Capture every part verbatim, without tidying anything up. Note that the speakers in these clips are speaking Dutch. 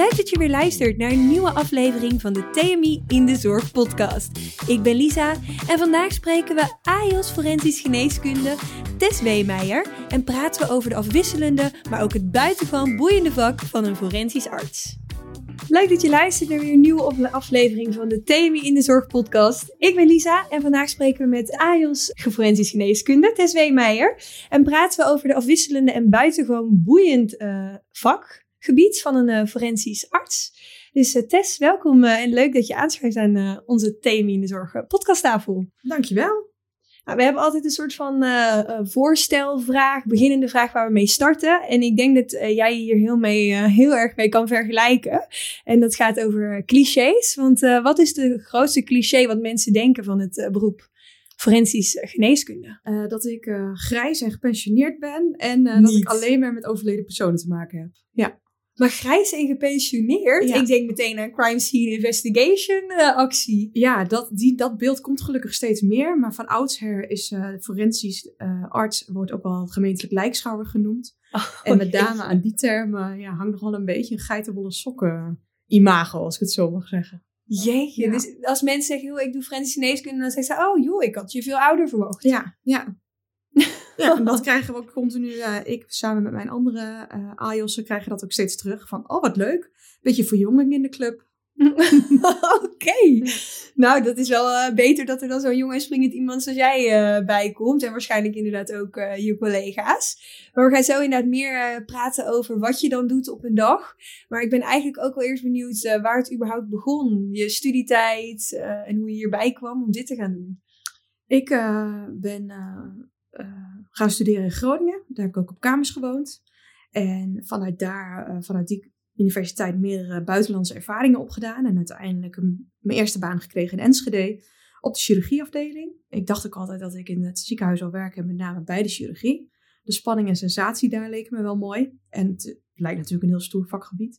Leuk dat je weer luistert naar een nieuwe aflevering van de T M I in de Zorg podcast. Ik ben Lisa en vandaag spreken we A I O S Forensisch Geneeskunde Tess Weemeijer en praten we over de afwisselende, maar ook het buitengewoon boeiende vak van een forensisch arts. Leuk dat je luistert naar weer een nieuwe aflevering van de T M I in de Zorg podcast. Ik ben Lisa en vandaag spreken we met A I O S Forensisch Geneeskunde Tess Weemeijer en praten we over de afwisselende en buitengewoon boeiend uh, vak. Gebied van een uh, forensisch arts. Dus uh, Tess, welkom uh, en leuk dat je aanschuift aan uh, onze T M I in de Zorg uh, podcasttafel. Dankjewel. Nou, we hebben altijd een soort van uh, uh, voorstelvraag, beginnende vraag waar we mee starten. En ik denk dat uh, jij hier heel, mee, uh, heel erg mee kan vergelijken. En dat gaat over uh, clichés. Want uh, wat is de grootste cliché wat mensen denken van het uh, beroep forensisch geneeskunde? Uh, dat ik uh, grijs en gepensioneerd ben en uh, dat ik alleen maar met overleden personen te maken heb. Ja. Maar grijs en gepensioneerd? Ja. Ik denk meteen aan crime scene investigation uh, actie. Ja, dat, die, dat beeld komt gelukkig steeds meer. Maar van oudsher is uh, forensisch uh, arts, wordt ook wel gemeentelijk lijkschouwer genoemd. Oh, en met name aan die termen ja, hangt nog wel een beetje een geitenwolle sokken imago, als ik het zo mag zeggen. Jeetje, ja. Dus als mensen zeggen, joh, ik doe forensische geneeskunde, dan zeggen ze, oh joh, ik had je veel ouder verwacht. Ja, ja. Ja, en dat krijgen we ook continu. Uh, ik samen met mijn andere uh, A I O S'en krijgen dat ook steeds terug. Van, oh wat leuk. Beetje verjonging in de club. Oké. Okay. Nou, dat is wel uh, beter dat er dan zo'n jong en springend iemand zoals jij uh, bij komt. En waarschijnlijk inderdaad ook uh, je collega's. Maar we gaan zo inderdaad meer uh, praten over wat je dan doet op een dag. Maar ik ben eigenlijk ook wel eerst benieuwd uh, waar het überhaupt begon. Je studietijd uh, en hoe je hierbij kwam om dit te gaan doen. Ik uh, ben... Uh, Uh, gaan studeren in Groningen. Daar heb ik ook op kamers gewoond. En vanuit daar, uh, vanuit die universiteit, meerdere buitenlandse ervaringen opgedaan. En uiteindelijk een, mijn eerste baan gekregen in Enschede op de chirurgieafdeling. Ik dacht ook altijd dat ik in het ziekenhuis zou werken, met name bij de chirurgie. De spanning en sensatie daar leken me wel mooi. En het lijkt natuurlijk een heel stoer vakgebied.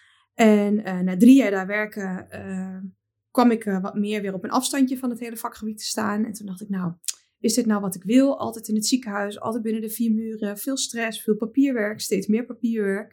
En uh, na drie jaar daar werken uh, kwam ik uh, wat meer weer op een afstandje van het hele vakgebied te staan. En toen dacht ik, nou... Is dit nou wat ik wil? Altijd in het ziekenhuis, altijd binnen de vier muren. Veel stress, veel papierwerk, steeds meer papierwerk.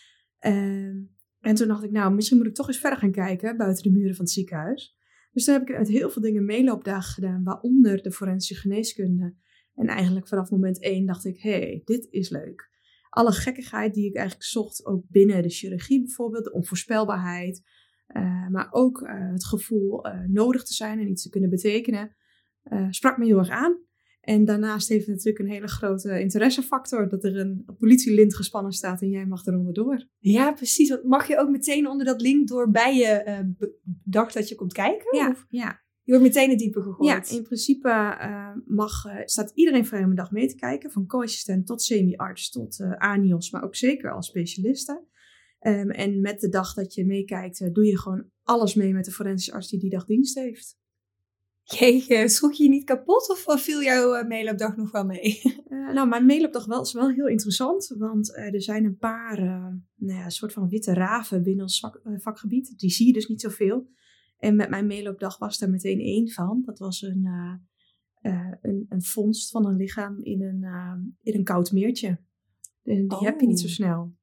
Um, en toen dacht ik, nou, misschien moet ik toch eens verder gaan kijken buiten de muren van het ziekenhuis. Dus toen heb ik uit heel veel dingen meeloopdagen gedaan, waaronder de forensische geneeskunde. En eigenlijk vanaf moment één dacht ik, hé, hey, dit is leuk. Alle gekkigheid die ik eigenlijk zocht, ook binnen de chirurgie bijvoorbeeld, de onvoorspelbaarheid. Uh, maar ook uh, het gevoel uh, nodig te zijn en iets te kunnen betekenen. Uh, sprak me heel erg aan. En daarnaast heeft het natuurlijk een hele grote interessefactor dat er een politielint gespannen staat en jij mag er onderdoor. Ja, precies. Want mag je ook meteen onder dat lint door bij je uh, dacht dat je komt kijken? Ja, of? ja. Je wordt meteen het diepe gegooid. Ja, in principe uh, mag, uh, staat iedereen vrij om een dag mee te kijken. Van co-assistent tot semi-arts tot uh, A N I O S, maar ook zeker als specialisten. Um, en met de dag dat je meekijkt, uh, doe je gewoon alles mee met de forensische arts die die dag dienst heeft. Jeetje, schrok je je niet kapot of viel jouw uh, meeloopdag nog wel mee? Uh, nou, mijn meeloopdag wel, is wel heel interessant, want uh, er zijn een paar, uh, nou ja, soort van witte raven binnen ons vak, uh, vakgebied. Die zie je dus niet zoveel. En met mijn meeloopdag was daar meteen één van. Dat was een, uh, uh, een, een vondst van een lichaam in een, uh, in een koud meertje. En die oh. heb je niet zo snel.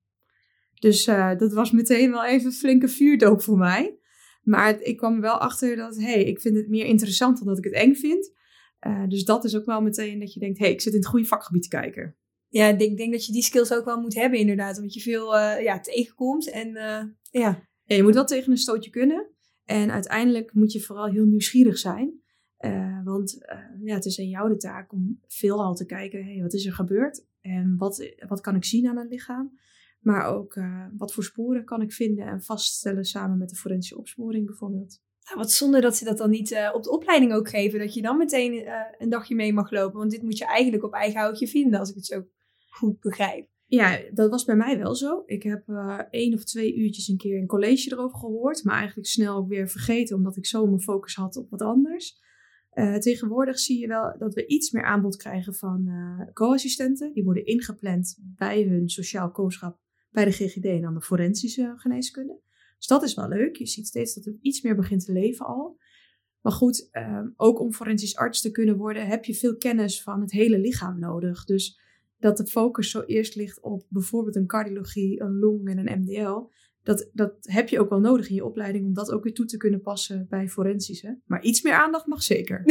Dus uh, dat was meteen wel even een flinke vuurdoop voor mij. Maar ik kwam er wel achter dat, hé, hey, ik vind het meer interessant dan dat ik het eng vind. Uh, dus dat is ook wel meteen dat je denkt, hé, hey, ik zit in het goede vakgebied te kijken. Ja, ik denk, denk dat je die skills ook wel moet hebben inderdaad. Omdat je veel uh, ja, tegenkomt. En uh, ja. ja, je moet wel tegen een stootje kunnen. En uiteindelijk moet je vooral heel nieuwsgierig zijn. Uh, want uh, ja, het is aan jou de taak om veelal te kijken, hé, hey, wat is er gebeurd? En wat, wat kan ik zien aan een lichaam? Maar ook uh, wat voor sporen kan ik vinden en vaststellen samen met de forensische opsporing bijvoorbeeld. Nou, wat zonde dat ze dat dan niet uh, op de opleiding ook geven. Dat je dan meteen uh, een dagje mee mag lopen. Want dit moet je eigenlijk op eigen houtje vinden, als ik het zo goed begrijp. Ja, dat was bij mij wel zo. Ik heb uh, één of twee uurtjes een keer een college erover gehoord. Maar eigenlijk snel ook weer vergeten, omdat ik zo mijn focus had op wat anders. Uh, tegenwoordig zie je wel dat we iets meer aanbod krijgen van uh, co-assistenten. Die worden ingepland bij hun sociaal co-schap bij de G G D en dan de forensische geneeskunde. Dus dat is wel leuk. Je ziet steeds dat er iets meer begint te leven al. Maar goed, uh, ook om forensisch arts te kunnen worden, heb je veel kennis van het hele lichaam nodig. Dus dat de focus zo eerst ligt op bijvoorbeeld een cardiologie, een long en een M D L, dat, dat heb je ook wel nodig in je opleiding om dat ook weer toe te kunnen passen bij forensische. Maar iets meer aandacht mag zeker.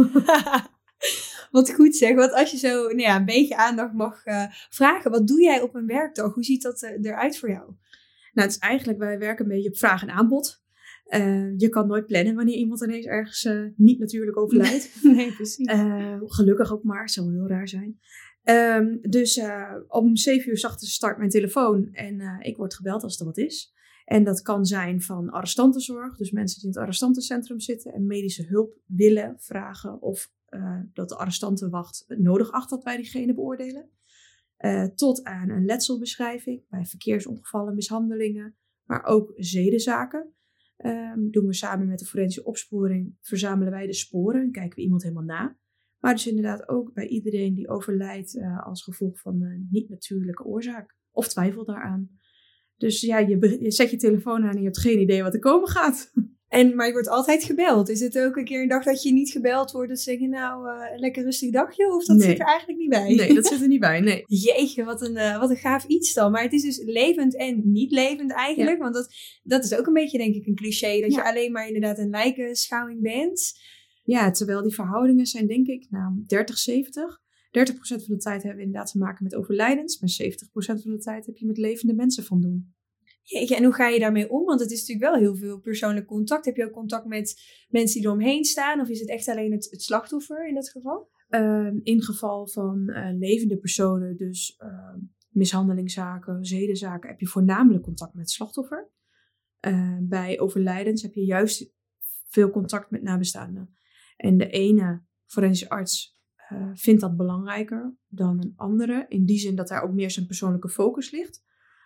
Wat goed zeg, want als je zo nou ja, een beetje aandacht mag uh, vragen, wat doe jij op een werkdag? Hoe ziet dat uh, eruit voor jou? Nou, het is eigenlijk, wij werken een beetje op vraag en aanbod. Uh, je kan nooit plannen wanneer iemand ineens ergens uh, niet natuurlijk overlijdt. Nee, precies. Uh, gelukkig ook maar, het zou heel raar zijn. Um, dus uh, om zeven uur 's ochtends start mijn telefoon en uh, ik word gebeld als er wat is. En dat kan zijn van arrestantenzorg, dus mensen die in het arrestantencentrum zitten en medische hulp willen vragen of uh, dat de arrestantenwacht het nodig acht dat wij diegene beoordelen. Uh, tot aan een letselbeschrijving bij verkeersongevallen, mishandelingen, maar ook zedenzaken. Um, doen we samen met de forensische opsporing, verzamelen wij de sporen en kijken we iemand helemaal na. Maar dus inderdaad ook bij iedereen die overlijdt uh, als gevolg van een niet-natuurlijke oorzaak of twijfel daaraan. Dus ja, je, je zet je telefoon aan en je hebt geen idee wat er komen gaat. En, maar je wordt altijd gebeld. Is het ook een keer een dag dat je niet gebeld wordt? Dat ze zeggen, nou, uh, een lekker rustig dagje? Of dat nee. zit er eigenlijk niet bij? Nee, dat zit er niet bij, nee. Jeetje, wat een, uh, wat een gaaf iets dan. Maar het is dus levend en niet levend eigenlijk. Ja. Want dat, dat is ook een beetje, denk ik, een cliché. Dat ja. je alleen maar inderdaad een lijkenschouwing bent. Ja, terwijl die verhoudingen zijn, denk ik, nou, dertig zeventig. dertig procent van de tijd hebben we inderdaad te maken met overlijdens. Maar zeventig procent van de tijd heb je met levende mensen van doen. Jeetje, en hoe ga je daarmee om? Want het is natuurlijk wel heel veel persoonlijk contact. Heb je ook contact met mensen die eromheen staan? Of is het echt alleen het, het slachtoffer in dat geval? Uh, in geval van uh, levende personen, dus uh, mishandelingszaken, zedenzaken, heb je voornamelijk contact met het slachtoffer. Uh, bij overlijdens heb je juist veel contact met nabestaanden. En de ene forensische arts uh, vindt dat belangrijker dan een andere. In die zin dat daar ook meer zijn persoonlijke focus ligt.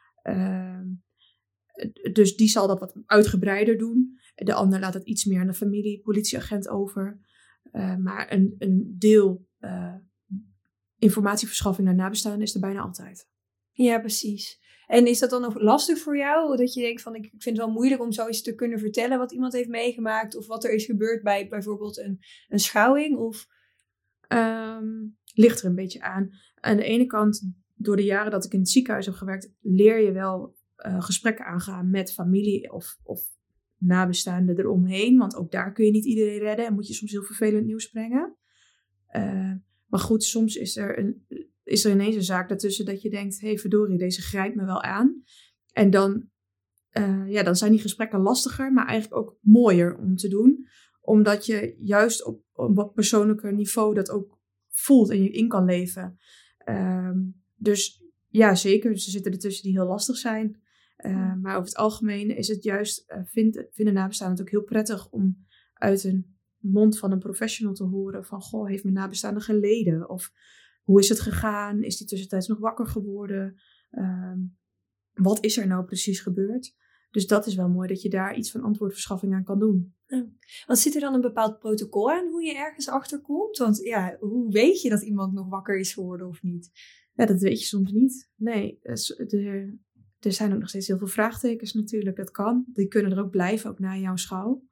Uh, dus die zal dat wat uitgebreider doen. De ander laat het iets meer aan de familie, politieagent over. Uh, maar een, een deel uh, informatieverschaffing naar nabestaanden is er bijna altijd. Ja, precies. En is dat dan nog lastig voor jou? Dat je denkt van, ik vind het wel moeilijk om zoiets te kunnen vertellen wat iemand heeft meegemaakt. Of wat er is gebeurd bij bijvoorbeeld een, een schouwing? Of... Um, ligt er een beetje aan. Aan de ene kant, door de jaren dat ik in het ziekenhuis heb gewerkt, leer je wel uh, gesprekken aangaan met familie of, of nabestaanden eromheen. Want ook daar kun je niet iedereen redden en moet je soms heel vervelend nieuws brengen. Uh, maar goed, soms is er, een, is er ineens een zaak daartussen dat je denkt, hé hey, verdorie, deze grijpt me wel aan. En dan, uh, ja, dan zijn die gesprekken lastiger, maar eigenlijk ook mooier om te doen. Omdat je juist op, op een wat persoonlijker niveau dat ook voelt en je in kan leven. Um, dus ja, zeker. Dus er zitten ertussen die heel lastig zijn. Uh, maar over het algemeen is het juist, uh, vind, vinden nabestaanden het ook heel prettig om uit een mond van een professional te horen van, goh, heeft mijn nabestaande geleden? Of hoe is het gegaan? Is die tussentijds nog wakker geworden? Um, wat is er nou precies gebeurd? Dus dat is wel mooi dat je daar iets van antwoordverschaffing aan kan doen. Ja. Want zit er dan een bepaald protocol aan hoe je ergens achterkomt? Want ja, hoe weet je dat iemand nog wakker is geworden of niet? Ja, dat weet je soms niet. Nee, er, er zijn ook nog steeds heel veel vraagtekens natuurlijk. Dat kan. Die kunnen er ook blijven, ook na jouw schouw.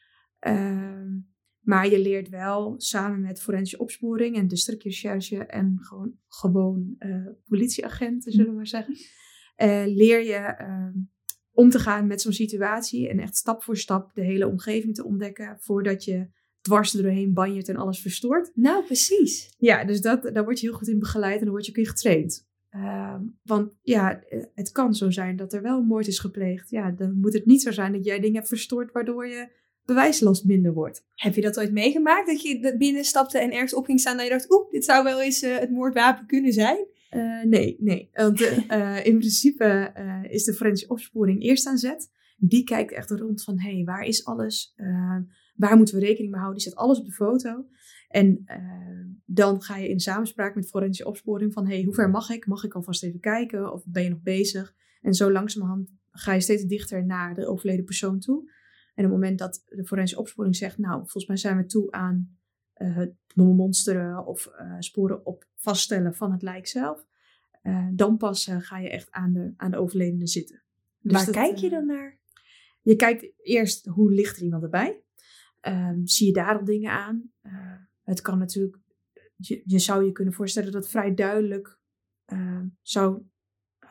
Um, maar je leert wel samen met forensische opsporing en districtrecherche en gewoon, gewoon uh, politieagenten, zullen we maar zeggen. Uh, leer je uh, om te gaan met zo'n situatie en echt stap voor stap de hele omgeving te ontdekken voordat je dwars er doorheen banjert en alles verstoort. Nou, precies. Ja, dus dat, daar word je heel goed in begeleid en dan word je ook in getraind. Uh, want ja, het kan zo zijn dat er wel een moord is gepleegd. Ja, dan moet het niet zo zijn dat jij dingen hebt verstoord waardoor je bewijslast minder wordt. Heb je dat ooit meegemaakt? Dat je binnenstapte en ergens op ging staan en je dacht, oeh, dit zou wel eens uh, het moordwapen kunnen zijn? Uh, nee, nee. Want uh, uh, in principe uh, is de forensische opsporing eerst aan zet. Die kijkt echt rond van, hé, hey, waar is alles? Uh, waar moeten we rekening mee houden? Die zet alles op de foto. En uh, dan ga je in samenspraak met forensische opsporing van, hé, hey, hoe ver mag ik? Mag ik alvast even kijken? Of ben je nog bezig? En zo langzamerhand ga je steeds dichter naar de overleden persoon toe. En op het moment dat de forensische opsporing zegt, nou, volgens mij zijn we toe aan uh, het monsteren of uh, sporen op vaststellen van het lijk zelf. Uh, dan pas uh, ga je echt aan de, aan de overledene zitten. Dus Waar dat, kijk je dan naar? Je kijkt eerst, hoe ligt er iemand erbij? Um, zie je daar al dingen aan? Uh, het kan natuurlijk, je, je zou je kunnen voorstellen dat het vrij duidelijk uh, zou uh,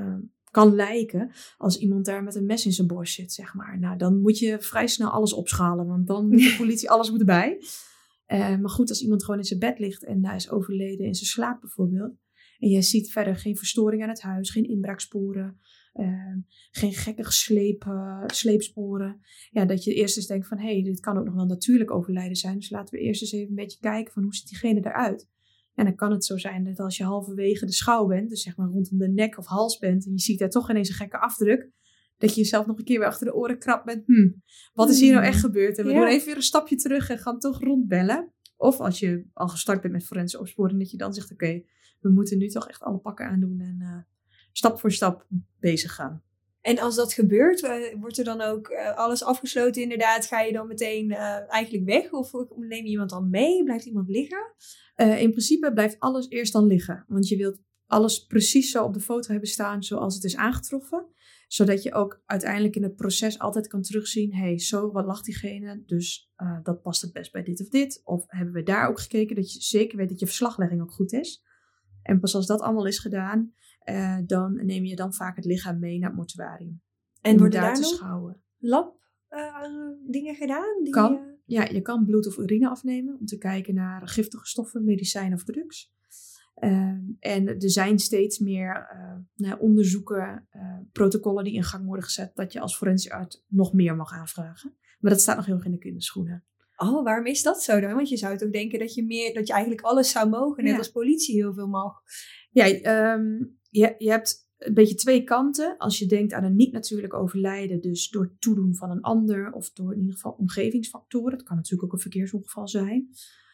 kan lijken als iemand daar met een mes in zijn borst zit, zeg maar. Nou, dan moet je vrij snel alles opschalen, want dan moet de politie, alles moet erbij. Uh, maar goed, als iemand gewoon in zijn bed ligt en hij is overleden in zijn slaap bijvoorbeeld, en jij ziet verder geen verstoring aan het huis, geen inbraaksporen, uh, geen gekke sleep, uh, sleepsporen. Ja, dat je eerst eens denkt van, hé, hey, dit kan ook nog wel natuurlijk overlijden zijn. Dus laten we eerst eens even een beetje kijken van, hoe ziet diegene eruit? En dan kan het zo zijn dat als je halverwege de schouw bent, dus zeg maar rondom de nek of hals bent, en je ziet daar toch ineens een gekke afdruk, dat je jezelf nog een keer weer achter de oren krabt met, hm, wat is hier nou echt gebeurd? En we ja. doen even weer een stapje terug en gaan toch rondbellen. Of als je al gestart bent met forensische opsporing, dat je dan zegt, oké, okay, we moeten nu toch echt alle pakken aandoen en uh, stap voor stap bezig gaan. En als dat gebeurt, wordt er dan ook uh, alles afgesloten inderdaad? Ga je dan meteen uh, eigenlijk weg? Of neem je iemand dan mee? Blijft iemand liggen? Uh, in principe blijft alles eerst dan liggen. Want je wilt alles precies zo op de foto hebben staan zoals het is aangetroffen. Zodat je ook uiteindelijk in het proces altijd kan terugzien. Hé, hey, zo, wat lag diegene? Dus uh, dat past het best bij dit of dit. Of hebben we daar ook gekeken dat je zeker weet dat je verslaglegging ook goed is. En pas als dat allemaal is gedaan, uh, dan neem je dan vaak het lichaam mee naar het mortuarium. En worden daar, daar te nog schouwen. lab uh, dingen gedaan? Die, kan, uh... ja, je kan bloed of urine afnemen om te kijken naar giftige stoffen, medicijnen of drugs. Uh, en er zijn steeds meer uh, nou, onderzoeken, uh, protocollen die in gang worden gezet, dat je als forensisch arts nog meer mag aanvragen. Maar dat staat nog heel erg in de kinderschoenen. Oh, waarom is dat zo dan? Want je zou toch denken dat je meer, dat je eigenlijk alles zou mogen, net ja. als politie heel veel mag. Ja, um, je, je hebt een beetje twee kanten. Als je denkt aan een niet-natuurlijk overlijden, dus door toedoen van een ander of door in ieder geval omgevingsfactoren. Het kan natuurlijk ook een verkeersongeval zijn.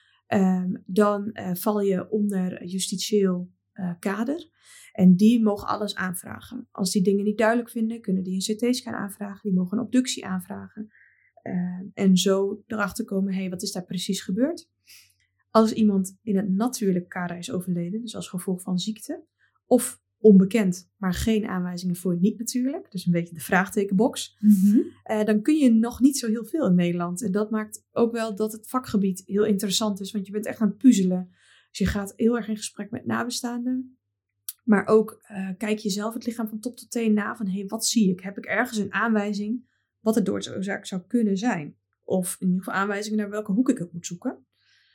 Um, dan uh, val je onder justitieel uh, kader. En die mogen alles aanvragen. Als die dingen niet duidelijk vinden, kunnen die een C T-scan aanvragen. Die mogen een obductie aanvragen. Uh, en zo erachter komen, hé, hey, wat is daar precies gebeurd? Als iemand in het natuurlijk kader is overleden, dus als gevolg van ziekte, of onbekend, maar geen aanwijzingen voor niet natuurlijk, dus een beetje de vraagtekenbox, mm-hmm. uh, dan kun je nog niet zo heel veel in Nederland. En dat maakt ook wel dat het vakgebied heel interessant is, want je bent echt aan het puzzelen. Dus je gaat heel erg in gesprek met nabestaanden, maar ook uh, kijk je zelf het lichaam van top tot teen na van, hé, hey, wat zie ik? Heb ik ergens een aanwijzing wat de doodsoorzaak zou kunnen zijn? Of in ieder geval aanwijzingen naar welke hoek ik het moet zoeken.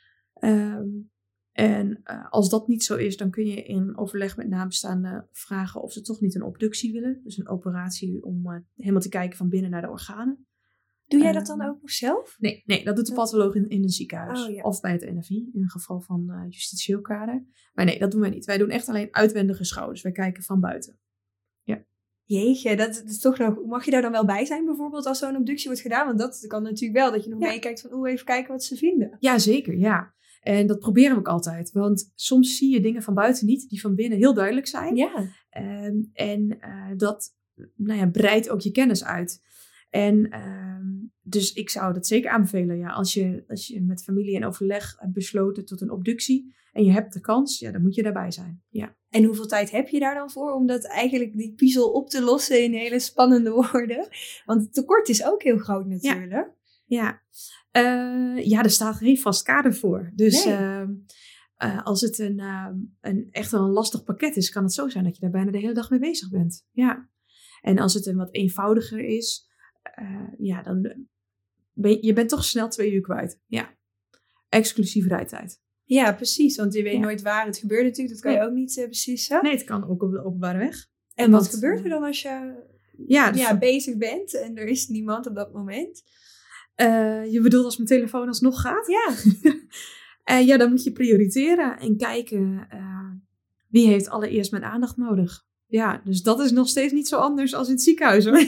Um, en uh, als dat niet zo is, dan kun je in overleg met nabestaanden vragen of ze toch niet een obductie willen. Dus een operatie om uh, helemaal te kijken van binnen naar de organen. Doe jij dat dan ook nog zelf? Nee, nee dat doet de patholoog in, in een ziekenhuis. Oh, ja. Of bij het N F I, in een geval van uh, justitieel kader. Maar nee, dat doen wij niet. Wij doen echt alleen uitwendige schouwers. Wij kijken van buiten. Ja. Jeetje, dat, dat is toch nog. Mag je daar dan wel bij zijn bijvoorbeeld als zo'n obductie wordt gedaan? Want dat kan natuurlijk wel, dat je nog ja. meekijkt van oeh, even kijken wat ze vinden. Ja, zeker, ja. En dat proberen we ook altijd. Want soms zie je dingen van buiten niet, die van binnen heel duidelijk zijn. Ja. Um, en uh, dat nou ja, breidt ook je kennis uit. En um, dus ik zou dat zeker aanbevelen. Ja, als je, als je met familie in overleg hebt besloten tot een obductie en je hebt de kans, ja, dan moet je daarbij zijn. Ja. En hoeveel tijd heb je daar dan voor om dat eigenlijk die puzzel op te lossen in hele spannende woorden? Want het tekort is ook heel groot natuurlijk. Ja, ja. Uh, ja er staat geen vast kader voor. Dus nee. uh, uh, als het een, uh, een echt wel een lastig pakket is, kan het zo zijn dat je daar bijna de hele dag mee bezig bent. Ja. En als het een wat eenvoudiger is, uh, ja, dan ben je, je bent toch snel twee uur kwijt. Ja, exclusief rijtijd. Ja, precies. Want je weet ja. nooit waar het gebeurt natuurlijk. Dat kan je ook niet uh, precies zo. Nee, het kan ook op de openbare weg. En wat, wat gebeurt er dan als je ja, dus ja, bezig bent en er is niemand op dat moment? Uh, je bedoelt als mijn telefoon alsnog gaat? Ja. uh, ja, dan moet je prioriteren en kijken uh, wie heeft allereerst mijn aandacht nodig. Ja, dus dat is nog steeds niet zo anders als in het ziekenhuis, hoor.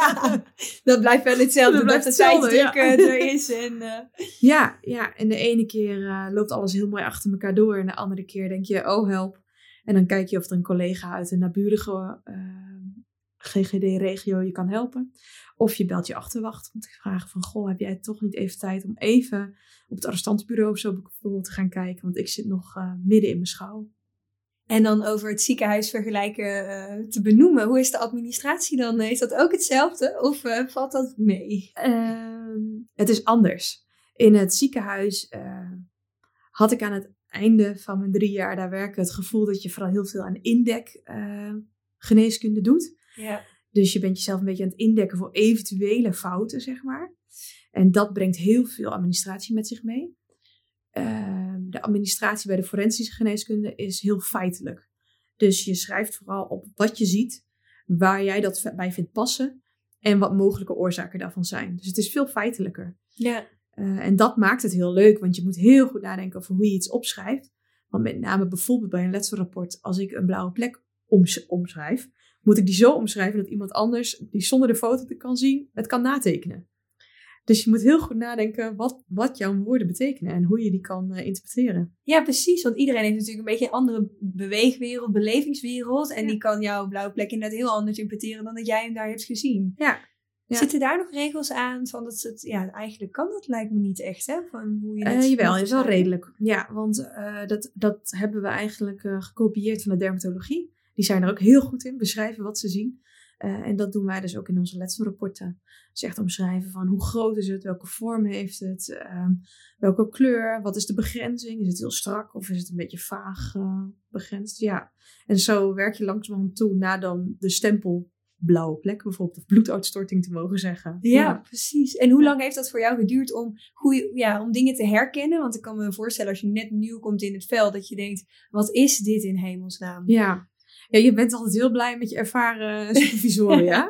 Dat blijft wel hetzelfde, dat, dat de tijdsdruk ja. er is. En, uh... ja, ja, en de ene keer uh, loopt alles heel mooi achter elkaar door. En de andere keer denk je, oh help. En dan kijk je of er een collega uit een naburige uh, G G D-regio je kan helpen. Of je belt je achterwacht om te vragen van, goh, heb jij toch niet even tijd om even op het arrestantenbureau of zo bijvoorbeeld te gaan kijken? Want ik zit nog uh, midden in mijn schouw. En dan over het ziekenhuis vergelijken uh, te benoemen. Hoe is de administratie dan? Is dat ook hetzelfde of uh, valt dat mee? Uh, het is anders. In het ziekenhuis uh, had ik aan het einde van mijn drie jaar daar werken het gevoel dat je vooral heel veel aan indek uh, geneeskunde doet. Ja. Dus je bent jezelf een beetje aan het indekken voor eventuele fouten, zeg maar. En dat brengt heel veel administratie met zich mee. Uh, de administratie bij de forensische geneeskunde is heel feitelijk. Dus je schrijft vooral op wat je ziet, waar jij dat bij vindt passen en wat mogelijke oorzaken daarvan zijn. Dus het is veel feitelijker. Ja. Uh, en dat maakt het heel leuk, want je moet heel goed nadenken over hoe je iets opschrijft. Want met name bijvoorbeeld bij een letselrapport, als ik een blauwe plek oms- omschrijf, moet ik die zo omschrijven dat iemand anders, die zonder de foto te kan zien, het kan natekenen. Dus je moet heel goed nadenken wat, wat jouw woorden betekenen en hoe je die kan uh, interpreteren. Ja, precies. Want iedereen heeft natuurlijk een beetje een andere beweegwereld, belevingswereld. En ja. die kan jouw blauwe plek inderdaad heel anders interpreteren dan dat jij hem daar hebt gezien. Ja. Ja. Zitten daar nog regels aan van dat het, ja, eigenlijk kan dat lijkt me niet echt, hè? Van hoe je het uh, jawel, is wel redelijk. Ja, want uh, dat, dat hebben we eigenlijk uh, gekopieerd van de dermatologie. Die zijn er ook heel goed in, beschrijven wat ze zien. Uh, en dat doen wij dus ook in onze letselrapporten. Dus echt omschrijven van hoe groot is het, welke vorm heeft het, uh, welke kleur, wat is de begrenzing, is het heel strak of is het een beetje vaag uh, begrensd. Ja. En zo werk je langzamerhand toe naar dan de stempel blauwe plek bijvoorbeeld, of bloeduitstorting te mogen zeggen. Ja, ja. Precies. En hoe lang heeft dat voor jou geduurd om, goeie, ja, om dingen te herkennen? Want ik kan me voorstellen als je net nieuw komt in het veld, dat je denkt, wat is dit in hemelsnaam? Ja. Ja, je bent altijd heel blij met je ervaren supervisoren, ja.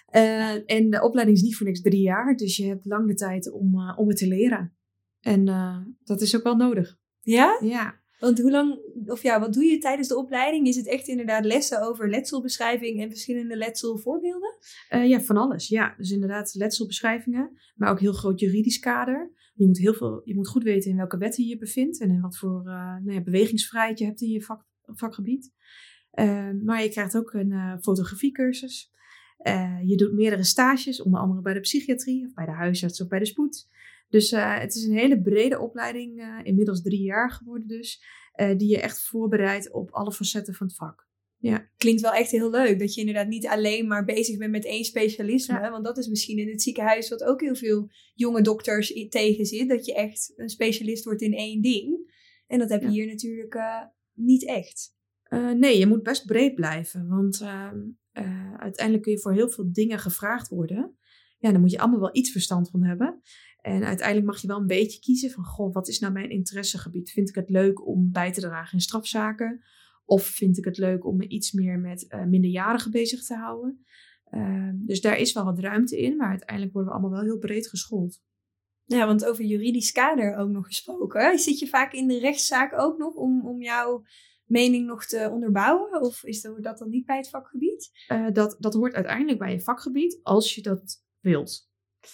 Uh, en de opleiding is niet voor niks drie jaar, dus je hebt lang de tijd om, uh, om het te leren. En uh, dat is ook wel nodig. Ja? Ja. Want hoe lang, of ja, wat doe je tijdens de opleiding? Is het echt inderdaad lessen over letselbeschrijving en verschillende letselvoorbeelden? Uh, ja, van alles. Ja, dus inderdaad letselbeschrijvingen, maar ook heel groot juridisch kader. Je moet, heel veel, je moet goed weten in welke wetten je je bevindt en in wat voor uh, nou ja, bewegingsvrijheid je hebt in je vak, vakgebied. Uh, maar je krijgt ook een uh, fotografiecursus. Uh, je doet meerdere stages, onder andere bij de psychiatrie, of bij de huisarts of bij de spoed. Dus uh, het is een hele brede opleiding, uh, inmiddels drie jaar geworden dus, uh, die je echt voorbereidt op alle facetten van het vak. Ja. Klinkt wel echt heel leuk, dat je inderdaad niet alleen maar bezig bent met één specialisme. Ja. Want dat is misschien in het ziekenhuis wat ook heel veel jonge dokters tegen zit, dat je echt een specialist wordt in één ding. En dat heb je ja. hier natuurlijk uh, niet echt. Uh, nee, je moet best breed blijven, want uh, uh, uiteindelijk kun je voor heel veel dingen gevraagd worden. Ja, dan moet je allemaal wel iets verstand van hebben. En uiteindelijk mag je wel een beetje kiezen van, goh, wat is nou mijn interessegebied? Vind ik het leuk om bij te dragen in strafzaken? Of vind ik het leuk om me iets meer met uh, minderjarigen bezig te houden? Uh, dus daar is wel wat ruimte in, maar uiteindelijk worden we allemaal wel heel breed geschoold. Ja, want over juridisch kader ook nog gesproken. Zit je vaak in de rechtszaak ook nog om, om jouw mening nog te onderbouwen? Of is dat, dat dan niet bij het vakgebied? Uh, dat, dat hoort uiteindelijk bij je vakgebied, als je dat wilt.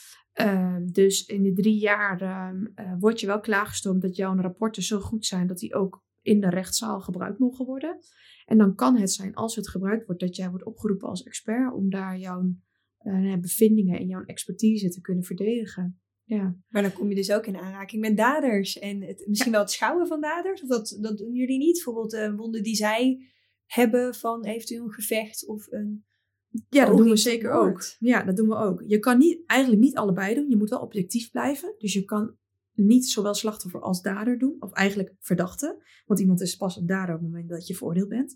Uh, dus in de drie jaar uh, uh, word je wel klaargestoomd dat jouw rapporten zo goed zijn dat die ook in de rechtszaal gebruikt mogen worden. En dan kan het zijn, als het gebruikt wordt, dat jij wordt opgeroepen als expert om daar jouw uh, bevindingen en jouw expertise te kunnen verdedigen. Ja. Maar dan kom je dus ook in aanraking met daders en het, misschien ja. wel het schouwen van daders. Of dat, dat doen jullie niet? Bijvoorbeeld uh, wonden die zij hebben van eventueel een gevecht of een... Ja, dat doen we zeker ook. Ja, dat doen we ook. Je kan niet, eigenlijk niet allebei doen. Je moet wel objectief blijven. Dus je kan niet zowel slachtoffer als dader doen. Of eigenlijk verdachte. Want iemand is pas een dader op het moment dat je veroordeeld bent.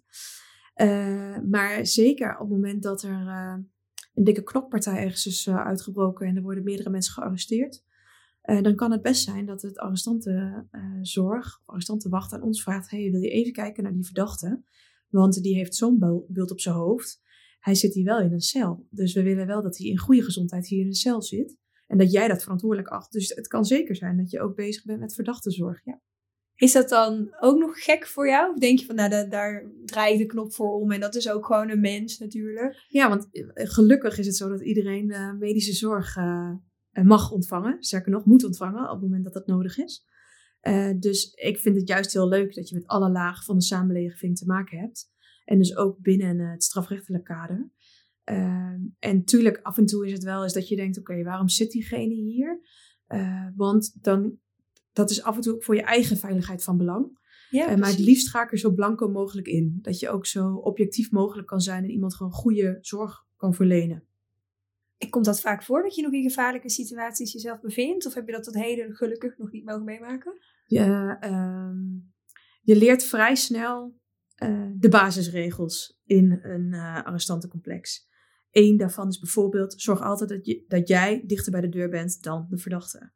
Uh, maar zeker op het moment dat er uh, een dikke knokpartij ergens is uh, uitgebroken. En er worden meerdere mensen gearresteerd. Uh, dan kan het best zijn dat het arrestantenzorg, uh, of arrestantenwacht aan ons vraagt. Hey, wil je even kijken naar die verdachte? Want die heeft zo'n beeld op zijn hoofd. Hij zit hier wel in een cel. Dus we willen wel dat hij in goede gezondheid hier in een cel zit. En dat jij dat verantwoordelijk acht. Dus het kan zeker zijn dat je ook bezig bent met verdachtenzorg. Ja. Is dat dan ook nog gek voor jou? Of denk je van, nou, da- daar draai ik de knop voor om. En dat is ook gewoon een mens natuurlijk. Ja, want gelukkig is het zo dat iedereen uh, medische zorg uh, mag ontvangen. Sterker nog, moet ontvangen op het moment dat dat nodig is. Uh, dus ik vind het juist heel leuk dat je met alle lagen van de samenleving te maken hebt. En dus ook binnen uh, het strafrechtelijk kader. Uh, en tuurlijk, af en toe is het wel eens dat je denkt, oké, okay, waarom zit diegene hier? Uh, want dan, dat is af en toe ook voor je eigen veiligheid van belang. Ja, uh, maar het liefst ga ik er zo blanco mogelijk in. Dat je ook zo objectief mogelijk kan zijn en iemand gewoon goede zorg kan verlenen. Komt dat vaak voor dat je nog in gevaarlijke situaties jezelf bevindt? Of heb je dat tot heden gelukkig nog niet mogen meemaken? Ja, um, je leert vrij snel uh, de basisregels in een uh, arrestantencomplex. Eén daarvan is bijvoorbeeld, zorg altijd dat, je, dat jij dichter bij de deur bent dan de verdachte.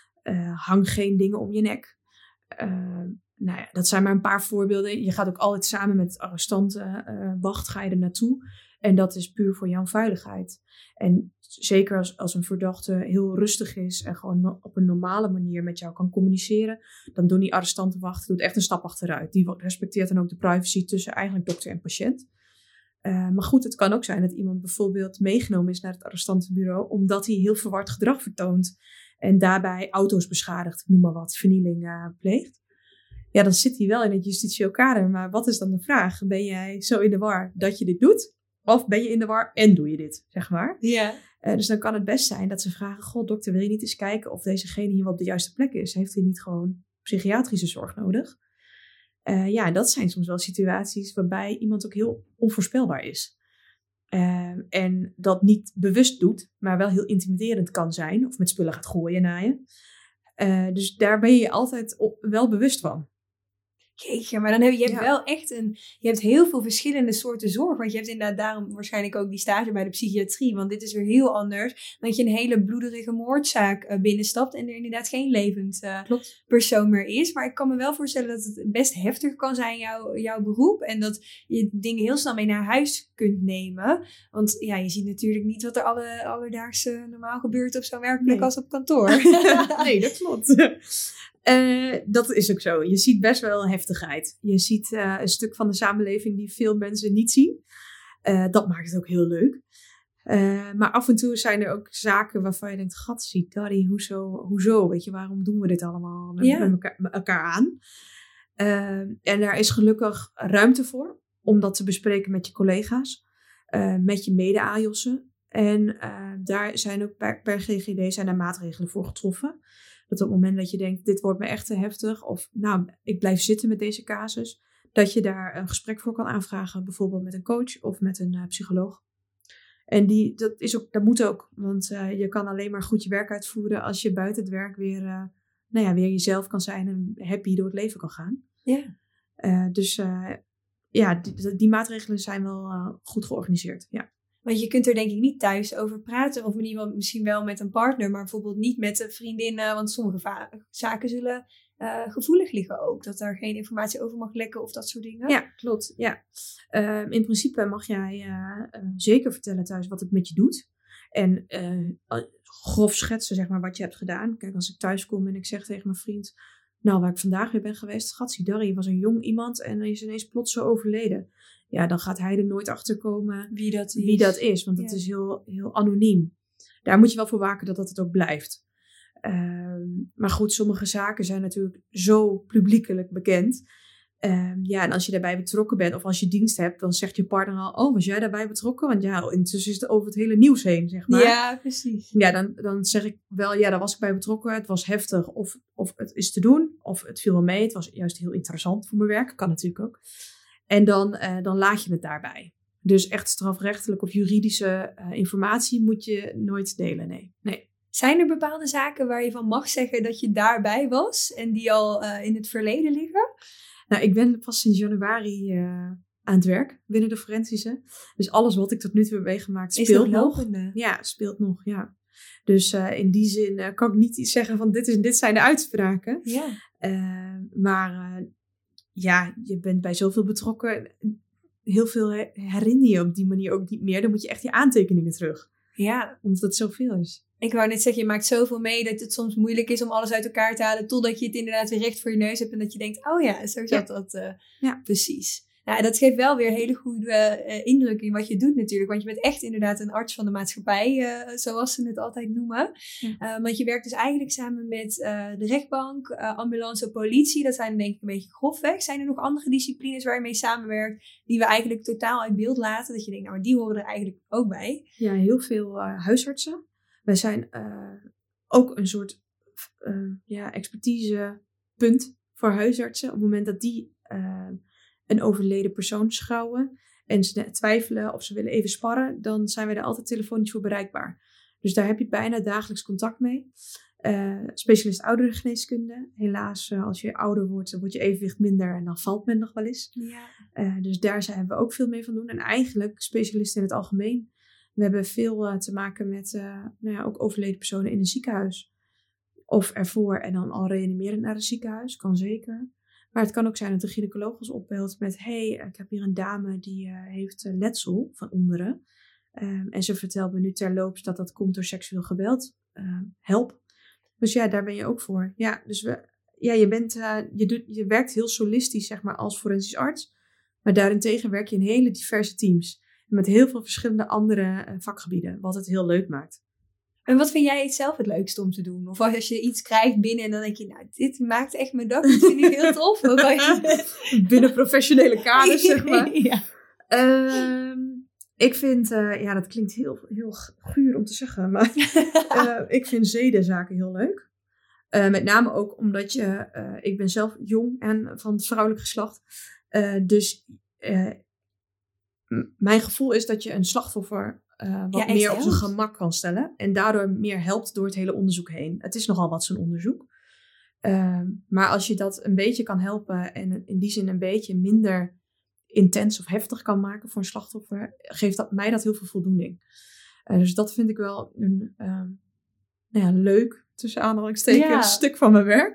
Uh, hang geen dingen om je nek. Uh, nou ja, dat zijn maar een paar voorbeelden. Je gaat ook altijd samen met arrestantenwacht uh, ga je er naartoe. En dat is puur voor jouw veiligheid. En zeker als, als een verdachte heel rustig is en gewoon no- op een normale manier met jou kan communiceren, dan doen die arrestantenwachten doet echt een stap achteruit. Die respecteert dan ook de privacy tussen eigenlijk dokter en patiënt. Uh, maar goed, het kan ook zijn dat iemand bijvoorbeeld meegenomen is naar het arrestantenbureau omdat hij heel verward gedrag vertoont en daarbij auto's beschadigt, noem maar wat, vernieling uh, pleegt. Ja, dan zit hij wel in het justitieel kader. Maar wat is dan de vraag? Ben jij zo in de war dat je dit doet? Of ben je in de war en doe je dit, zeg maar? Ja. Uh, dus dan kan het best zijn dat ze vragen, goh, dokter, wil je niet eens kijken of dezegene hier wel op de juiste plek is? Heeft hij niet gewoon psychiatrische zorg nodig? Uh, ja, dat zijn soms wel situaties waarbij iemand ook heel onvoorspelbaar is. Uh, en dat niet bewust doet, maar wel heel intimiderend kan zijn. Of met spullen gaat gooien naar je. Uh, dus daar ben je je altijd op, wel bewust van. Jeetje, maar dan heb je, je hebt Ja. wel echt een... Je hebt heel veel verschillende soorten zorg. Want je hebt inderdaad daarom waarschijnlijk ook die stage bij de psychiatrie. Want dit is weer heel anders. Dat je een hele bloederige moordzaak uh, binnenstapt. En er inderdaad geen levend uh, persoon meer is. Maar ik kan me wel voorstellen dat het best heftig kan zijn, jouw, jouw beroep. En dat je dingen heel snel mee naar huis kunt nemen. Want ja, je ziet natuurlijk niet wat er alle, alledaagse normaal gebeurt op zo'n werkplek Nee. als op kantoor. Nee, dat klopt. Uh, dat is ook zo. Je ziet best wel heftigheid. Je ziet uh, een stuk van de samenleving die veel mensen niet zien. Uh, dat maakt het ook heel leuk. Uh, maar af en toe zijn er ook zaken waarvan je denkt, gatsie, daddy, hoezo, hoezo? Weet je, waarom doen we dit allemaal met, Ja. met, elkaar, met elkaar aan? Uh, en daar is gelukkig ruimte voor om dat te bespreken met je collega's, uh, met je mede-A J O'ssen. En uh, daar zijn ook per, per G G D zijn er maatregelen voor getroffen. Dat op het moment dat je denkt, dit wordt me echt te heftig. Of nou, ik blijf zitten met deze casus. Dat je daar een gesprek voor kan aanvragen. Bijvoorbeeld met een coach of met een uh, psycholoog. En die, dat, is ook, dat moet ook. Want uh, je kan alleen maar goed je werk uitvoeren als je buiten het werk weer, uh, nou ja, weer jezelf kan zijn. En happy door het leven kan gaan. Ja. Uh, dus uh, ja, die, die maatregelen zijn wel uh, goed georganiseerd. Ja. Want je kunt er denk ik niet thuis over praten. Of misschien wel met een partner. Maar bijvoorbeeld niet met een vriendinnen. Want sommige va- zaken zullen uh, gevoelig liggen ook. Dat daar geen informatie over mag lekken of dat soort dingen. Ja, klopt. Ja. Uh, in principe mag jij uh, uh, zeker vertellen thuis wat het met je doet. En uh, grof schetsen zeg maar wat je hebt gedaan. Kijk, als ik thuis kom en ik zeg tegen mijn vriend, nou, waar ik vandaag weer ben geweest. Gatsie, Darrie was een jong iemand en is ineens plots zo overleden. Ja, dan gaat hij er nooit achter komen wie dat is. Wie dat is want het ja. is heel, heel anoniem. Daar moet je wel voor waken dat dat het ook blijft. Um, maar goed, sommige zaken zijn natuurlijk zo publiekelijk bekend. Um, ja, en als je daarbij betrokken bent of als je dienst hebt, dan zegt je partner al, oh, was jij daarbij betrokken? Want ja, intussen is het over het hele nieuws heen, zeg maar. Ja, precies. Ja, dan, dan zeg ik wel, ja, daar was ik bij betrokken. Het was heftig of, of het is te doen of het viel wel mee. Het was juist heel interessant voor mijn werk. Kan natuurlijk ook. En dan, uh, dan laat je het daarbij. Dus echt strafrechtelijk of juridische uh, informatie moet je nooit delen, nee. nee. Zijn er bepaalde zaken waar je van mag zeggen dat je daarbij was en die al uh, in het verleden liggen? Nou, ik ben pas sinds januari uh, aan het werk binnen de forensische. Dus alles wat ik tot nu toe heb meegemaakt speelt is nog. nog. Ja, speelt nog, ja. Dus uh, in die zin uh, kan ik niet iets zeggen van dit, is, dit zijn de uitspraken. Ja. Uh, maar uh, ja, je bent bij zoveel betrokken. Heel veel herinner je op die manier ook niet meer. Dan moet je echt je aantekeningen terug. Ja. Omdat het zoveel is. Ik wou net zeggen, je maakt zoveel mee dat het soms moeilijk is om alles uit elkaar te halen. Totdat je het inderdaad weer recht voor je neus hebt. En dat je denkt, oh ja, zo zat ja. dat uh, ja. precies. Nou, dat geeft wel weer hele goede uh, indruk in wat je doet natuurlijk. Want je bent echt inderdaad een arts van de maatschappij, uh, zoals ze het altijd noemen. Ja. Uh, want je werkt dus eigenlijk samen met uh, de rechtbank, uh, ambulance, politie. Dat zijn denk ik een beetje grofweg. Zijn er nog andere disciplines waar je mee samenwerkt, die we eigenlijk totaal uit beeld laten? Dat je denkt, nou, maar die horen er eigenlijk ook bij. Ja, heel veel uh, huisartsen. Wij zijn uh, ook een soort uh, ja, expertisepunt voor huisartsen. Op het moment dat die uh, een overleden persoon schouwen en ze twijfelen of ze willen even sparren, dan zijn wij er altijd telefonisch voor bereikbaar. Dus daar heb je bijna dagelijks contact mee. Uh, specialist ouderengeneeskunde. Helaas, uh, als je ouder wordt, dan wordt je evenwicht minder en dan valt men nog wel eens. Ja. Uh, dus daar zijn we ook veel mee van doen. En eigenlijk specialisten in het algemeen. We hebben veel uh, te maken met uh, nou ja, ook overleden personen in een ziekenhuis. Of ervoor en dan al reanimerend naar een ziekenhuis, kan zeker. Maar het kan ook zijn dat de gynaecoloog ons opbelt met... hey, ik heb hier een dame die uh, heeft uh, letsel van onderen. Um, en ze vertelt me nu terloops dat dat komt door seksueel geweld. Uh, help. Dus ja, daar ben je ook voor. Ja, dus we, ja, je, bent, uh, je, doet, je werkt heel solistisch, zeg maar, als forensisch arts. Maar daarentegen werk je in hele diverse teams. En met heel veel verschillende andere uh, vakgebieden. Wat het heel leuk maakt. En wat vind jij het zelf het leukste om te doen? Of als je iets krijgt binnen en dan denk je, nou, dit maakt echt mijn dag. Dat vind ik heel tof. Je... Binnen professionele kaders, zeg maar. Ja. Um, ik vind, uh, ja, dat klinkt heel, heel guur om te zeggen. Maar uh, ik vind zedenzaken heel leuk. Uh, met name ook omdat je, uh, ik ben zelf jong en van het vrouwelijk geslacht. Uh, dus uh, m- mijn gevoel is dat je een slachtoffer... Uh, wat ja, meer op zijn gemak kan stellen. En daardoor meer helpt door het hele onderzoek heen. Het is nogal wat zo'n onderzoek. Uh, maar als je dat een beetje kan helpen... en in die zin een beetje minder intens of heftig kan maken voor een slachtoffer... geeft dat, mij dat heel veel voldoening. Uh, dus dat vind ik wel een uh, nou ja, leuk, tussen aanhalingstekens, ja. stuk van mijn werk.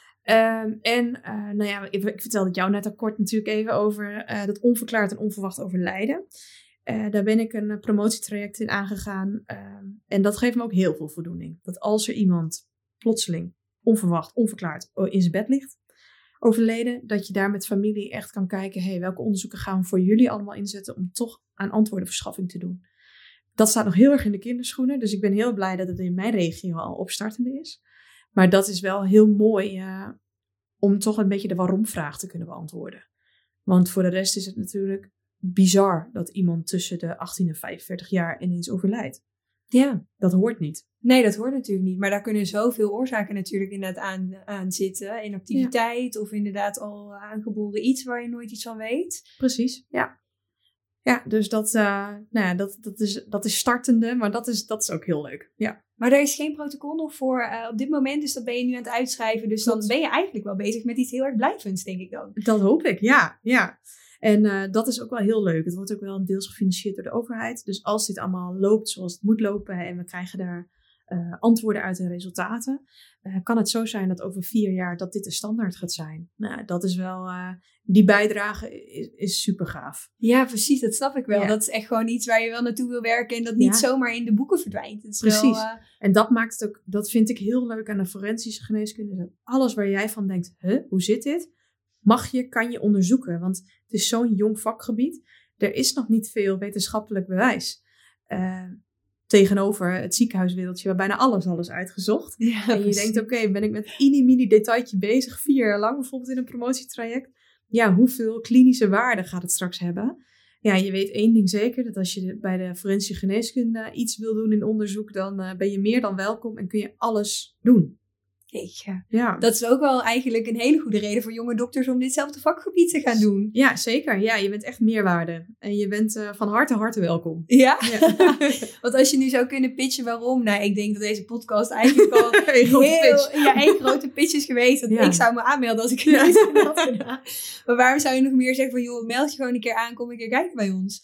Um, en uh, nou ja, ik, ik vertelde het jou net al kort natuurlijk even over... Uh, dat onverklaard en onverwacht overlijden... Uh, daar ben ik een uh, promotietraject in aangegaan. Uh, en dat geeft me ook heel veel voldoening. Dat als er iemand plotseling, onverwacht, onverklaard in zijn bed ligt, overleden, dat je daar met familie echt kan kijken, hey, welke onderzoeken gaan we voor jullie allemaal inzetten om toch aan antwoordenverschaffing te doen. Dat staat nog heel erg in de kinderschoenen. Dus ik ben heel blij dat het in mijn regio al opstartende is. Maar dat is wel heel mooi uh, om toch een beetje de waarom-vraag te kunnen beantwoorden. Want voor de rest is het natuurlijk bizar dat iemand tussen de achttien en vijfenveertig jaar ineens overlijdt. Ja. Dat hoort niet. Nee, dat hoort natuurlijk niet. Maar daar kunnen zoveel oorzaken natuurlijk inderdaad aan, aan zitten. Inactiviteit ja. of inderdaad al aangeboren iets waar je nooit iets van weet. Precies, ja. Ja, dus dat, uh, nou ja, dat, dat, is, dat is startende, maar dat is, dat is ook heel leuk. Ja. Maar er is geen protocol nog voor uh, op dit moment, dus dat ben je nu aan het uitschrijven. Dus Klopt. Dan ben je eigenlijk wel bezig met iets heel erg blijvends, denk ik dan. Dat hoop ik, ja. ja. En uh, dat is ook wel heel leuk. Het wordt ook wel deels gefinancierd door de overheid. Dus als dit allemaal loopt zoals het moet lopen en we krijgen daar uh, antwoorden uit en resultaten, uh, kan het zo zijn dat over vier jaar dat dit de standaard gaat zijn. Nou, dat is wel, uh, die bijdrage is, is super gaaf. Ja, precies. Dat snap ik wel. Ja. Dat is echt gewoon iets waar je wel naartoe wil werken en dat niet ja. zomaar in de boeken verdwijnt. Het is precies. Wel, uh... En dat maakt het ook, dat vind ik heel leuk aan de forensische geneeskunde. Alles waar jij van denkt, huh, hoe zit dit? Mag je, kan je onderzoeken. Want het is zo'n jong vakgebied. Er is nog niet veel wetenschappelijk bewijs. Uh, tegenover het ziekenhuiswereldje waar bijna alles al is uitgezocht. Ja, en je precies. denkt, oké, okay, ben ik met een mini detailtje bezig, vier jaar lang bijvoorbeeld in een promotietraject. Ja, hoeveel klinische waarde gaat het straks hebben? Ja, je weet één ding zeker, dat als je bij de forensische geneeskunde iets wil doen in onderzoek, dan uh, ben je meer dan welkom en kun je alles doen. Jeetje. Ja. Dat is ook wel eigenlijk een hele goede reden voor jonge dokters om ditzelfde vakgebied te gaan doen. Ja, zeker. Ja, je bent echt meerwaarde. En je bent uh, van harte harte welkom. Ja? ja. Want als je nu zou kunnen pitchen waarom, nou, ik denk dat deze podcast eigenlijk al een grote pitch. Ja, één grote pitch is geweest. Dat ja. Ik zou me aanmelden als ik het niet had gedaan. Maar waarom zou je nog meer zeggen van, joh, meld je gewoon een keer aan, kom een keer kijken bij ons?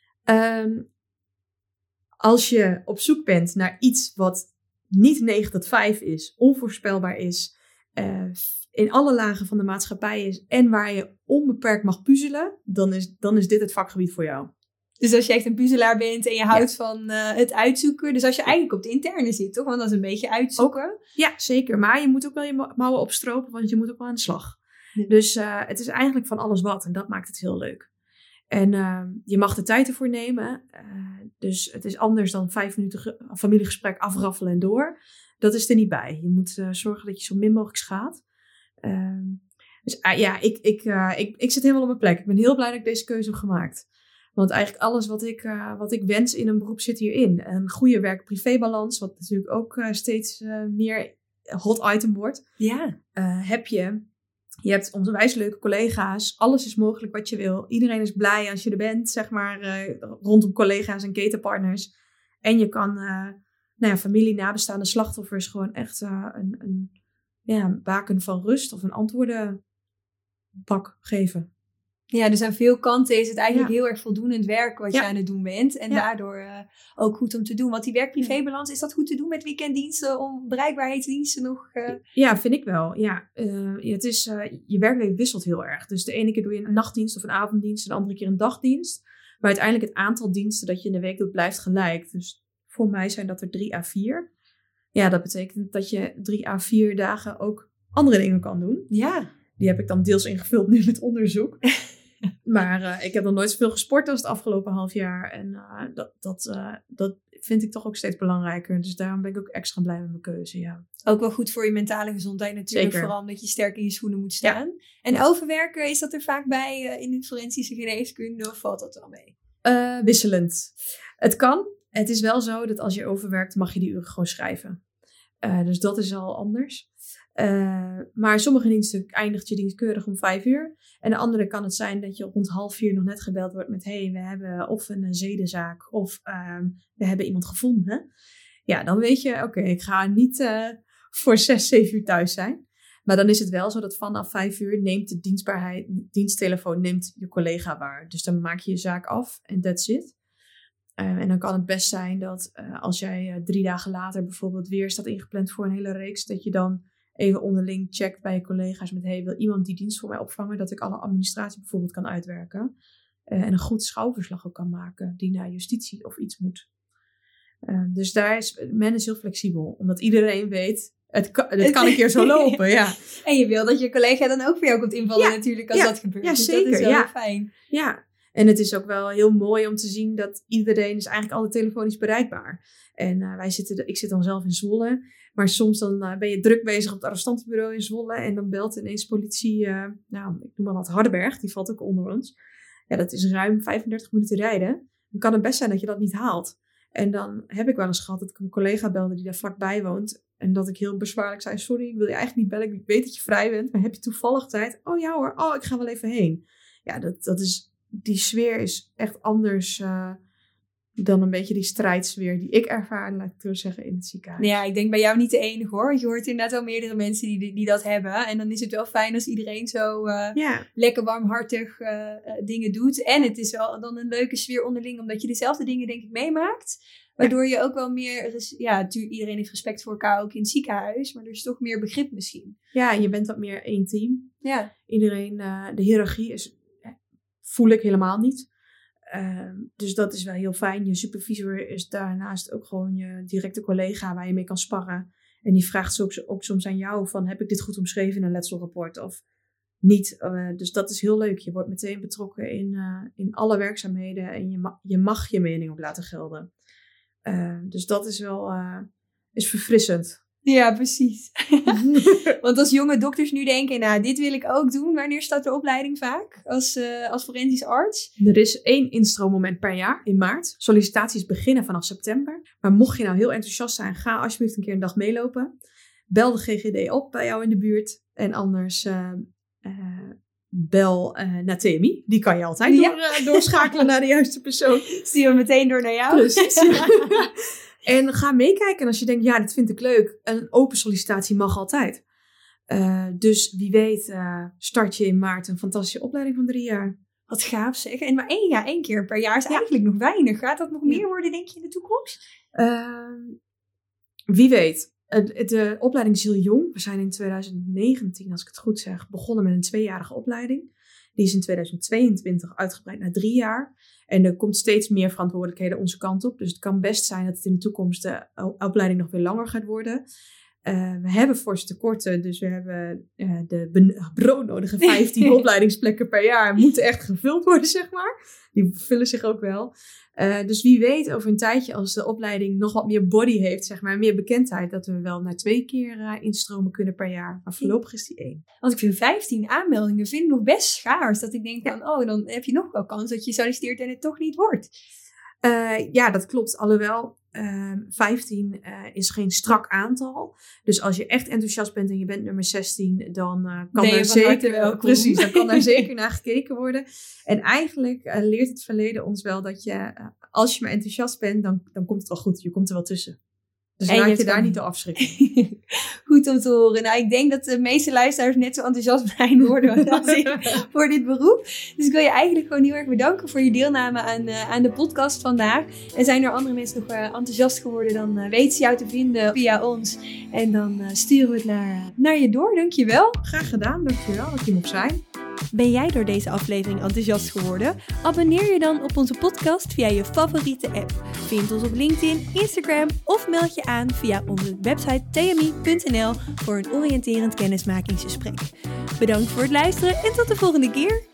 Um, als je op zoek bent naar iets wat niet negen tot vijf is, onvoorspelbaar is, uh, in alle lagen van de maatschappij is en waar je onbeperkt mag puzzelen, dan is, dan is dit het vakgebied voor jou. Dus als je echt een puzzelaar bent en je houdt ja. van uh, het uitzoeken, dus als je eigenlijk op de interne zit, toch? Want dat is een beetje uitzoeken. Ook, ja, zeker. Maar je moet ook wel je mouwen opstropen, want je moet ook wel aan de slag. Ja. Dus uh, het is eigenlijk van alles wat en dat maakt het heel leuk. En uh, je mag de tijd ervoor nemen. Uh, dus het is anders dan vijf minuten ge- familiegesprek afraffelen en door. Dat is er niet bij. Je moet uh, zorgen dat je zo min mogelijk schaadt. Uh, dus uh, ja, ik, ik, uh, ik, ik zit helemaal op mijn plek. Ik ben heel blij dat ik deze keuze heb gemaakt. Want eigenlijk alles wat ik, uh, wat ik wens in een beroep zit hierin. Een goede werk-privébalans, wat natuurlijk ook uh, steeds uh, meer hot item wordt. Ja. Uh, heb je... Je hebt onwijs leuke collega's. Alles is mogelijk wat je wil. Iedereen is blij als je er bent, zeg maar, uh, rondom collega's en ketenpartners. En je kan uh, nou ja, familie, nabestaande slachtoffers gewoon echt uh, een, een ja, baken van rust of een antwoordenbak geven. Ja, dus aan veel kanten is het eigenlijk Ja. heel erg voldoenend werk wat Ja. je aan het doen bent. En Ja. daardoor uh, ook goed om te doen. Want die werk-privé-balans, is dat goed te doen met weekenddiensten? Om bereikbaarheidsdiensten nog... Uh... Ja, vind ik wel. Ja, uh, het is, uh, je werkweek wisselt heel erg. Dus de ene keer doe je een nachtdienst of een avonddienst. En de andere keer een dagdienst. Maar uiteindelijk het aantal diensten dat je in de week doet blijft gelijk. Dus voor mij zijn dat er drie à vier. Ja, dat betekent dat je drie à vier dagen ook andere dingen kan doen. Ja. Die heb ik dan deels ingevuld nu met onderzoek. Maar uh, ik heb nog nooit zoveel gesport als het afgelopen half jaar. En uh, dat, dat, uh, dat vind ik toch ook steeds belangrijker. Dus daarom ben ik ook extra blij met mijn keuze, ja. Ook wel goed voor je mentale gezondheid natuurlijk. Zeker. Vooral omdat je sterk in je schoenen moet staan. Ja. En ja. overwerken, is dat er vaak bij uh, in de forensische geneeskunde of valt dat wel mee? Uh, wisselend. Het kan. Het is wel zo dat als je overwerkt, mag je die uren gewoon schrijven. Uh, dus dat is al anders. Uh, maar sommige diensten eindigt je dienst keurig om vijf uur. En de andere kan het zijn dat je rond half vier nog net gebeld wordt met... hey, we hebben of een zedenzaak of uh, we hebben iemand gevonden. Ja, dan weet je, oké, okay, ik ga niet uh, voor zes, zeven uur thuis zijn. Maar dan is het wel zo dat vanaf vijf uur neemt de dienstbaarheid, diensttelefoon neemt je collega waar. Dus dan maak je je zaak af en that's it. Uh, en dan kan het best zijn dat uh, als jij uh, drie dagen later bijvoorbeeld weer staat ingepland voor een hele reeks, dat je dan even onderling checkt bij je collega's met, hey, wil iemand die dienst voor mij opvangen, dat ik alle administratie bijvoorbeeld kan uitwerken. Uh, en een goed schouwverslag ook kan maken die naar justitie of iets moet. Uh, dus daar is, men is heel flexibel, omdat iedereen weet, het kan, het kan een keer zo lopen, ja. En je wil dat je collega dan ook voor jou komt invallen ja, natuurlijk als ja, dat gebeurt. Ja, dus zeker. Dat is wel ja. heel fijn. Ja, en het is ook wel heel mooi om te zien dat iedereen is eigenlijk altijd telefonisch bereikbaar. En uh, wij zitten, ik zit dan zelf in Zwolle, maar soms dan uh, ben je druk bezig op het arrestantenbureau in Zwolle en dan belt ineens politie, uh, nou, ik noem maar wat, Hardenberg, die valt ook onder ons. Ja, dat is ruim vijfendertig minuten rijden. Dan kan het best zijn dat je dat niet haalt. En dan heb ik wel eens gehad dat ik een collega belde die daar vlakbij woont. En dat ik heel bezwaarlijk zei, sorry, ik wil je eigenlijk niet bellen. Ik weet dat je vrij bent, maar heb je toevallig tijd? Oh ja hoor, oh ik ga wel even heen. Ja, dat, dat is, die sfeer is echt anders uh, dan een beetje die strijdsfeer die ik ervaar, laat ik het zo zeggen, in het ziekenhuis. Ja, ik denk bij jou niet de enige hoor. Je hoort inderdaad wel meerdere mensen die, die dat hebben. En dan is het wel fijn als iedereen zo uh, ja. lekker warmhartig uh, uh, dingen doet. En het is wel dan een leuke sfeer onderling, omdat je dezelfde dingen denk ik meemaakt. Waardoor je ook wel meer, ja, iedereen heeft respect voor elkaar ook in het ziekenhuis, maar er is toch meer begrip misschien. Ja, en je bent wat meer één team. Ja. Iedereen, uh, de hiërarchie is, voel ik helemaal niet. Uh, dus dat is wel heel fijn. Je supervisor is daarnaast ook gewoon je directe collega waar je mee kan sparren. En die vraagt ook, ook soms aan jou van, heb ik dit goed omschreven in een letselrapport of niet? Uh, dus dat is heel leuk. Je wordt meteen betrokken in, uh, in alle werkzaamheden en je, ma- je mag je mening ook laten gelden. Uh, dus dat is wel uh, is verfrissend. Ja, precies. Want als jonge dokters nu denken, nou, dit wil ik ook doen. Wanneer start de opleiding vaak als, uh, als forensisch arts? Er is één instroommoment per jaar in maart. Sollicitaties beginnen vanaf september. Maar mocht je nou heel enthousiast zijn, ga alsjeblieft een keer een dag meelopen. Bel de G G D op bij jou in de buurt. En anders uh, uh, bel uh, naar T M I. Die kan je altijd ja. door, uh, doorschakelen naar de juiste persoon. Stuur hem meteen door naar jou. Precies. En ga meekijken. En als je denkt, ja, dit vind ik leuk. Een open sollicitatie mag altijd. Uh, dus wie weet uh, start je in maart een fantastische opleiding van drie jaar. Wat gaaf zeg. En maar één jaar, één keer per jaar is ja. eigenlijk nog weinig. Gaat dat nog meer worden, denk je, in de toekomst? Uh, wie weet. Uh, de opleiding is heel jong. We zijn in twintig negentien, als ik het goed zeg, begonnen met een tweejarige opleiding. Die is in twintig tweeëntwintig uitgebreid naar drie jaar. En er komt steeds meer verantwoordelijkheden onze kant op. Dus het kan best zijn dat het in de toekomst de opleiding nog weer langer gaat worden. Uh, we hebben forse tekorten. Dus we hebben uh, de ben- broodnodige vijftien opleidingsplekken per jaar. Moeten echt gevuld worden, zeg maar. Die vullen zich ook wel. Uh, dus wie weet over een tijdje, als de opleiding nog wat meer body heeft, zeg maar, meer bekendheid, dat we wel naar twee keer uh, instromen kunnen per jaar. Maar voorlopig is die één. Want ik vind vijftien aanmeldingen vind ik nog best schaars. Dat ik denk van, oh, dan heb je nog wel kans dat je solliciteert en het toch niet wordt. Uh, ja, dat klopt. Alhoewel, uh, vijftien uh, is geen strak aantal. Dus als je echt enthousiast bent en je bent nummer zestien, dan uh, kan er zeker, precies, dan kan daar zeker naar gekeken worden. En eigenlijk uh, leert het verleden ons wel dat je, uh, als je maar enthousiast bent, dan, dan komt het wel goed. Je komt er wel tussen. Dus En laat je je hebt daar gewoon- niet te afschrikken. Goed om te horen. Nou, ik denk dat de meeste luisteraars net zo enthousiast zijn worden als ik voor dit beroep. Dus ik wil je eigenlijk gewoon heel erg bedanken voor je deelname aan, uh, aan de podcast vandaag. En zijn er andere mensen nog uh, enthousiast geworden, dan uh, weten ze jou te vinden via ons. En dan uh, sturen we het naar, naar je door. Dankjewel. Graag gedaan, dankjewel dat je mocht zijn. Ben jij door deze aflevering enthousiast geworden? Abonneer je dan op onze podcast via je favoriete app. Vind ons op LinkedIn, Instagram of meld je aan via onze website t m i punt n l voor een oriënterend kennismakingsgesprek. Bedankt voor het luisteren en tot de volgende keer!